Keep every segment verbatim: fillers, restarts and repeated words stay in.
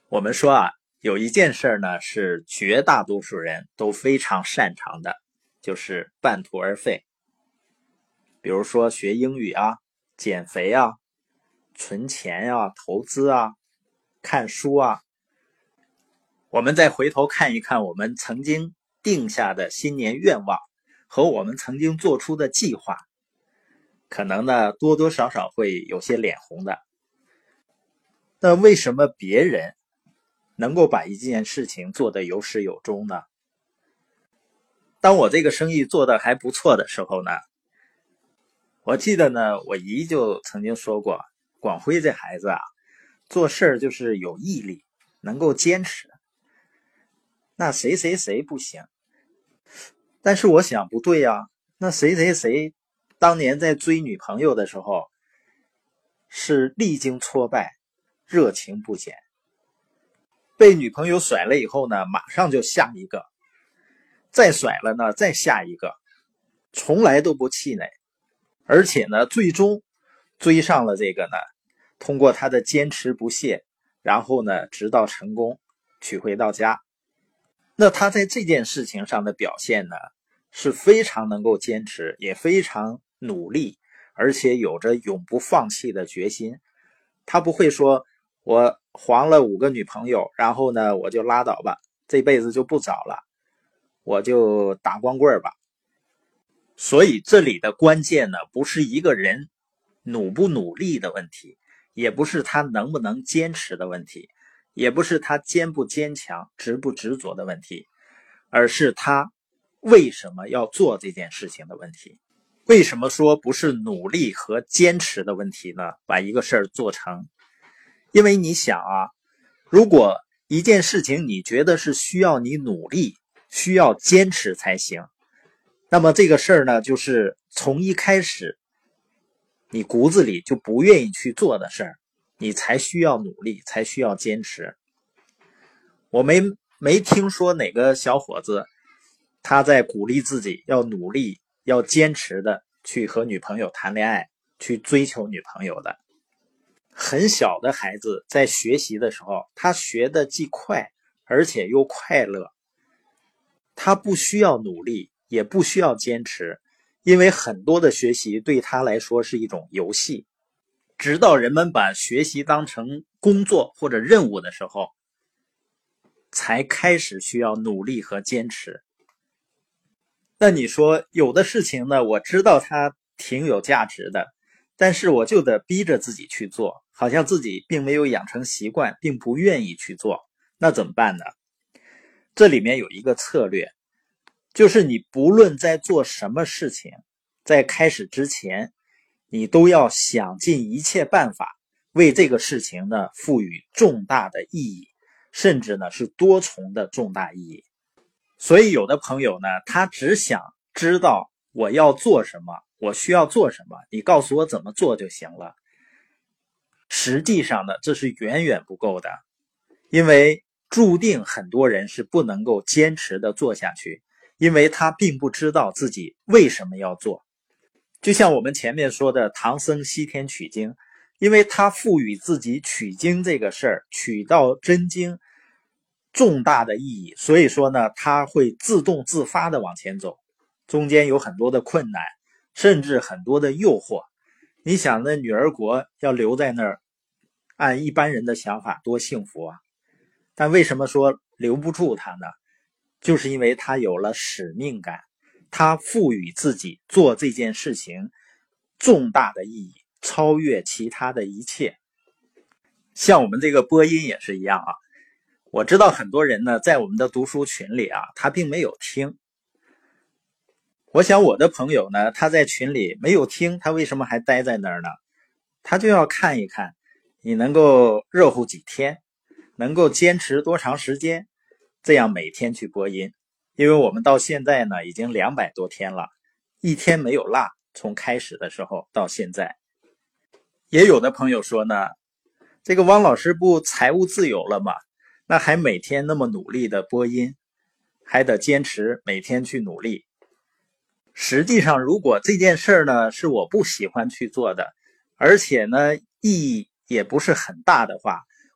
我们说啊，有一件事呢是绝大多数人都非常擅长的，就是半途而废。比如说学英语啊、减肥啊、存钱啊、投资啊、看书啊。我们再回头看一看我们曾经定下的新年愿望和我们曾经做出的计划，可能呢多多少少会有些脸红的。那为什么别人能够把一件事情做得有始有终呢？当我这个生意做得还不错的时候呢，我记得呢，我姨就曾经说过，广辉这孩子啊，做事就是有毅力，能够坚持。那谁谁谁不行？但是我想不对啊，那谁谁谁当年在追女朋友的时候，是历经挫败，热情不减。被女朋友甩了以后呢，马上就下一个，再甩了呢，再下一个，从来都不气馁，而且呢，最终追上了这个呢，通过他的坚持不懈，然后呢，直到成功，娶回到家。那他在这件事情上的表现呢，是非常能够坚持，也非常努力，而且有着永不放弃的决心。他不会说我黄了五个女朋友，然后呢我就拉倒吧，这辈子就不找了，我就打光棍吧。所以这里的关键呢，不是一个人努不努力的问题，也不是他能不能坚持的问题，也不是他坚不坚强、执不执着的问题，而是他为什么要做这件事情的问题。为什么说不是努力和坚持的问题呢？把一个事儿做成。因为你想啊，如果一件事情你觉得是需要你努力、需要坚持才行，那么这个事儿呢，就是从一开始你骨子里就不愿意去做的事儿，你才需要努力，才需要坚持。我没没听说哪个小伙子他在鼓励自己要努力、要坚持的去和女朋友谈恋爱，去追求女朋友的。很小的孩子在学习的时候，他学的既快而且又快乐，他不需要努力，也不需要坚持，因为很多的学习对他来说是一种游戏。直到人们把学习当成工作或者任务的时候，才开始需要努力和坚持。那你说有的事情呢，我知道它挺有价值的，但是我就得逼着自己去做，好像自己并没有养成习惯，并不愿意去做，那怎么办呢？这里面有一个策略，就是你不论在做什么事情，在开始之前，你都要想尽一切办法为这个事情呢赋予重大的意义，甚至呢是多重的重大意义。所以有的朋友呢，他只想知道我要做什么，我需要做什么，你告诉我怎么做就行了。实际上呢，这是远远不够的，因为注定很多人是不能够坚持的做下去，因为他并不知道自己为什么要做。就像我们前面说的唐僧西天取经，因为他赋予自己取经这个事儿，取到真经重大的意义，所以说呢，他会自动自发的往前走，中间有很多的困难，甚至很多的诱惑。你想那女儿国要留在那儿，按一般人的想法多幸福啊！但为什么说留不住他呢？就是因为他有了使命感，他赋予自己做这件事情重大的意义，超越其他的一切。像我们这个播音也是一样啊，我知道很多人呢，在我们的读书群里啊，他并没有听。我想我的朋友呢，他在群里没有听，他为什么还待在那儿呢？他就要看一看你能够热乎几天，能够坚持多长时间，这样每天去播音。因为我们到现在呢，已经两百多天了，一天没有落，从开始的时候到现在。也有的朋友说呢，这个汪老师不财务自由了吗？那还每天那么努力的播音，还得坚持每天去努力。实际上如果这件事呢是我不喜欢去做的，而且呢意义也不是很大的话，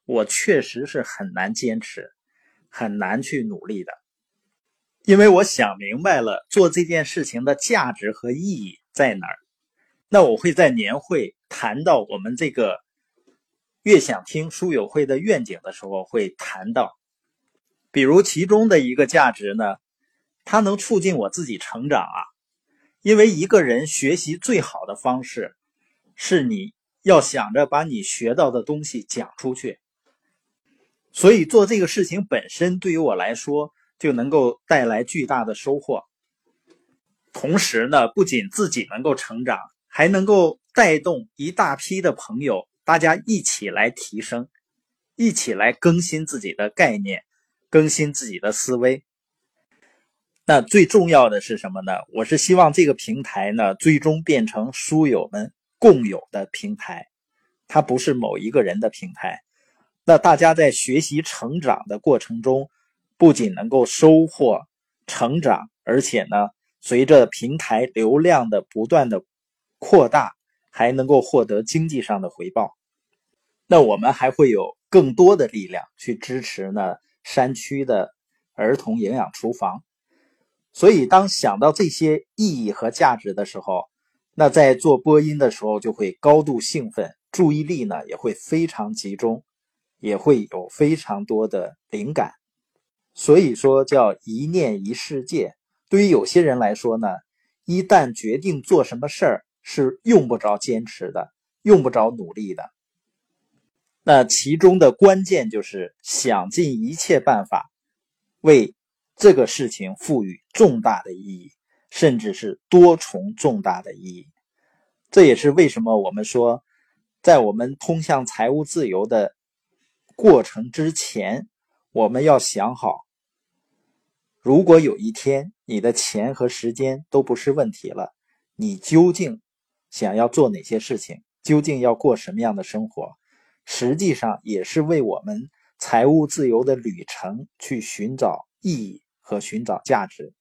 我确实是很难坚持，很难去努力的。因为我想明白了做这件事情的价值和意义在哪儿。那我会在年会谈到我们这个悦享厅书友会的愿景的时候会谈到，比如其中的一个价值呢，它能促进我自己成长啊。因为一个人学习最好的方式是你要想着把你学到的东西讲出去，所以做这个事情本身对于我来说就能够带来巨大的收获。同时呢，不仅自己能够成长，还能够带动一大批的朋友，大家一起来提升，一起来更新自己的概念，更新自己的思维。那最重要的是什么呢？我是希望这个平台呢，最终变成书友们共有的平台，它不是某一个人的平台。那大家在学习成长的过程中，不仅能够收获成长，而且呢，随着平台流量的不断的扩大，还能够获得经济上的回报。那我们还会有更多的力量去支持呢山区的儿童营养厨房。所以当想到这些意义和价值的时候，那在做播音的时候就会高度兴奋，注意力呢也会非常集中，也会有非常多的灵感。所以说叫一念一世界。对于有些人来说呢，一旦决定做什么事儿，是用不着坚持的，用不着努力的。那其中的关键就是想尽一切办法为这个事情赋予重大的意义，甚至是多重重大的意义。这也是为什么我们说，在我们通向财务自由的过程之前，我们要想好，如果有一天你的钱和时间都不是问题了，你究竟想要做哪些事情，究竟要过什么样的生活，实际上也是为我们财务自由的旅程去寻找意义和寻找价值。